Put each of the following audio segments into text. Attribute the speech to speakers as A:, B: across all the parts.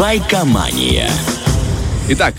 A: Байкомания.
B: Итак,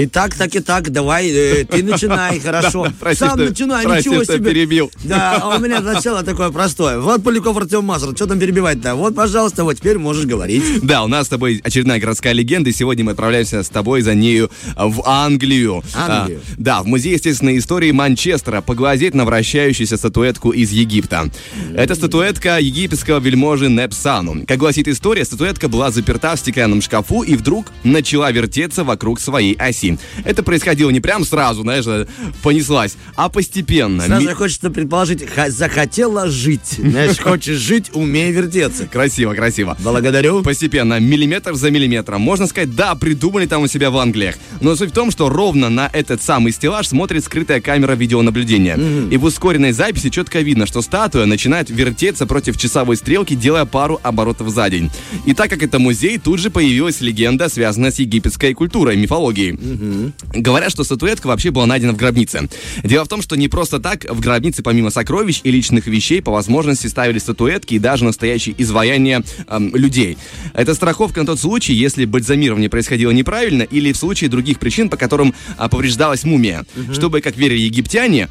C: давай, ты начинай, хорошо.
B: Прости,
C: Сам начинай, ничего
B: что
C: себе.
B: перебил.
C: Да, а у меня начало такое простое. Вот Поляков Артем Мазур, что там перебивать-то? Вот, пожалуйста, вот теперь можешь говорить.
B: Да, у нас с тобой очередная городская легенда, и сегодня мы отправляемся с тобой за нею в Англию. В музей естественной истории Манчестера поглазеть на вращающуюся статуэтку из Египта. Это статуэтка египетского вельможи Непсану. Как гласит история, статуэтка была заперта в стеклянном шкафу и вдруг начала вертеться вокруг своей оси. Это происходило не прям сразу, знаешь, понеслась, а постепенно.
C: Сразу хочется предположить, захотела жить. Знаешь, хочешь жить, умей вертеться.
B: Красиво, красиво.
C: Благодарю.
B: Постепенно, миллиметр за миллиметром. Можно сказать, да, придумали там у себя в Англиях. Но суть в том, что ровно на этот самый стеллаж смотрит скрытая камера видеонаблюдения. И в ускоренной записи четко видно, что статуя начинает вертеться против часовой стрелки, делая пару оборотов за день. И так как это музей, тут же появилась легенда, связанная с египетской культурой, мифологией. Говорят, что статуэтка вообще была найдена в гробнице. Дело в том, что не просто так в гробнице помимо сокровищ и личных вещей по возможности ставили статуэтки и даже настоящие изваяния людей. Это страховка на тот случай, если бальзамирование происходило неправильно или в случае других причин, по которым повреждалась мумия. Чтобы, как верили египтяне,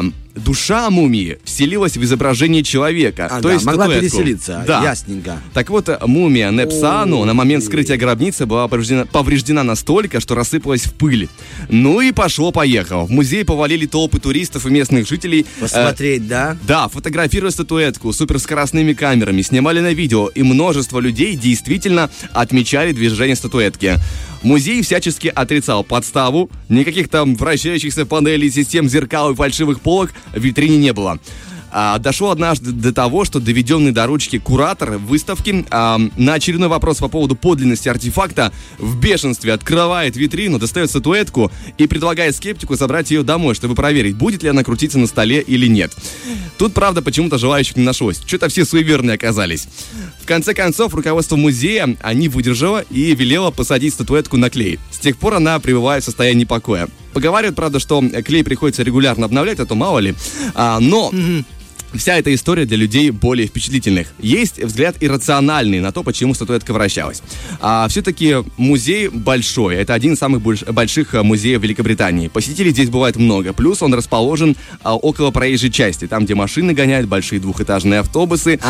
B: душа мумии вселилась в изображение человека. То есть
C: могла
B: статуэтку.
C: переселиться,
B: да.
C: Ясненько.
B: Так вот, мумия Непсану на момент вскрытия гробницы была повреждена настолько, что рассыпалась в пыль. Ну и пошло-поехало. В музей повалили толпы туристов и местных жителей.
C: Посмотреть, да?
B: Да, фотографировали статуэтку суперскоростными камерами, снимали на видео, и множество людей действительно отмечали движение статуэтки. Музей всячески отрицал подставу, никаких там вращающихся панелей, систем зеркал и фальшивых полок в витрине не было. Дошло однажды до того, что доведенный до ручки куратор выставки на очередной вопрос по поводу подлинности артефакта в бешенстве открывает витрину, достает статуэтку и предлагает скептику забрать ее домой, чтобы проверить, будет ли она крутиться на столе или нет. Тут, правда, почему-то желающих не нашлось. Что-то все суеверные оказались. В конце концов, руководство музея не выдержало и велело посадить статуэтку на клей. С тех пор она пребывает в состоянии покоя. Поговаривают, правда, что клей приходится регулярно обновлять, а то мало ли. Но... Вся эта история для людей более впечатлительных. Есть взгляд иррациональный на то, почему статуэтка вращалась. Все-таки музей большой. Это один из самых больших музеев Великобритании. Посетителей здесь бывает много. Плюс он расположен около проезжей части. Там, где машины гоняют, большие двухэтажные автобусы.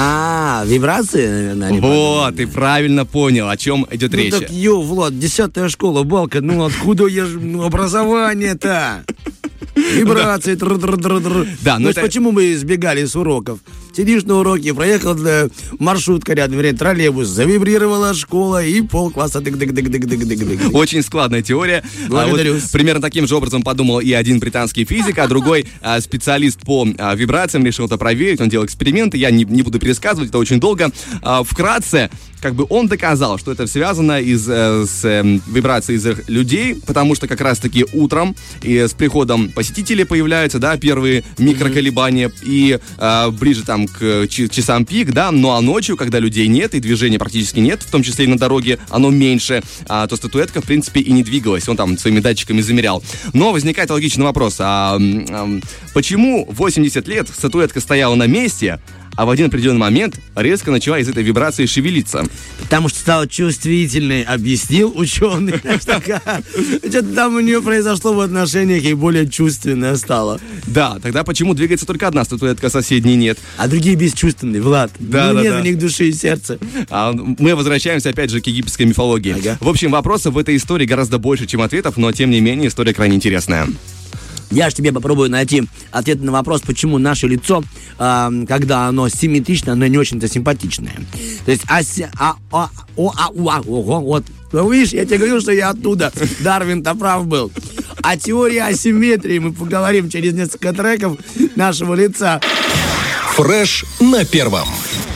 C: Вибрации, наверное.
B: Вот, ты правильно понял, о чем идет речь.
C: Так, Влад, 10-я школа, балка, откуда образование-то? Вибрации,
B: Да,
C: то есть почему мы избегали с уроков? Сидишь на уроке, проехал маршрутка рядом, троллейбус, завибрировала школа и полкласса дык-дык-дык-дык-дык-дык.
B: Очень складная теория. Примерно таким же образом подумал и один британский физик, а другой специалист по вибрациям решил это проверить. Он делал эксперименты, я не буду пересказывать, это очень долго. Вкратце, он доказал, что это связано с вибрацией из людей, потому что как раз-таки утром и с приходом посетителей появляются, первые микроколебания, и ближе к часам пик, ну а ночью, когда людей нет и движения практически нет, в том числе и на дороге, оно меньше, то статуэтка, в принципе, и не двигалась, он там своими датчиками замерял. Но возникает логичный вопрос, почему 80 лет статуэтка стояла на месте, а в один определенный момент резко начала из этой вибрации шевелиться?
C: Потому что стала чувствительной, объяснил ученый. Что-то там у нее произошло в отношениях, и более чувственная стала.
B: Да, тогда почему двигается только одна статуэтка, соседней нет?
C: А другие бесчувственные, Влад. Нет у них души и сердца.
B: Мы возвращаемся опять же к египетской мифологии. В общем, вопросов в этой истории гораздо больше, чем ответов, но тем не менее история крайне интересная.
C: Я же тебе попробую найти ответ на вопрос, почему наше лицо, когда оно симметрично, оно не очень-то симпатичное. То есть, вот, видишь, я тебе говорил, что я оттуда. Дарвин-то прав был. О теории асимметрии мы поговорим через несколько треков нашего лица.
A: Фреш на первом.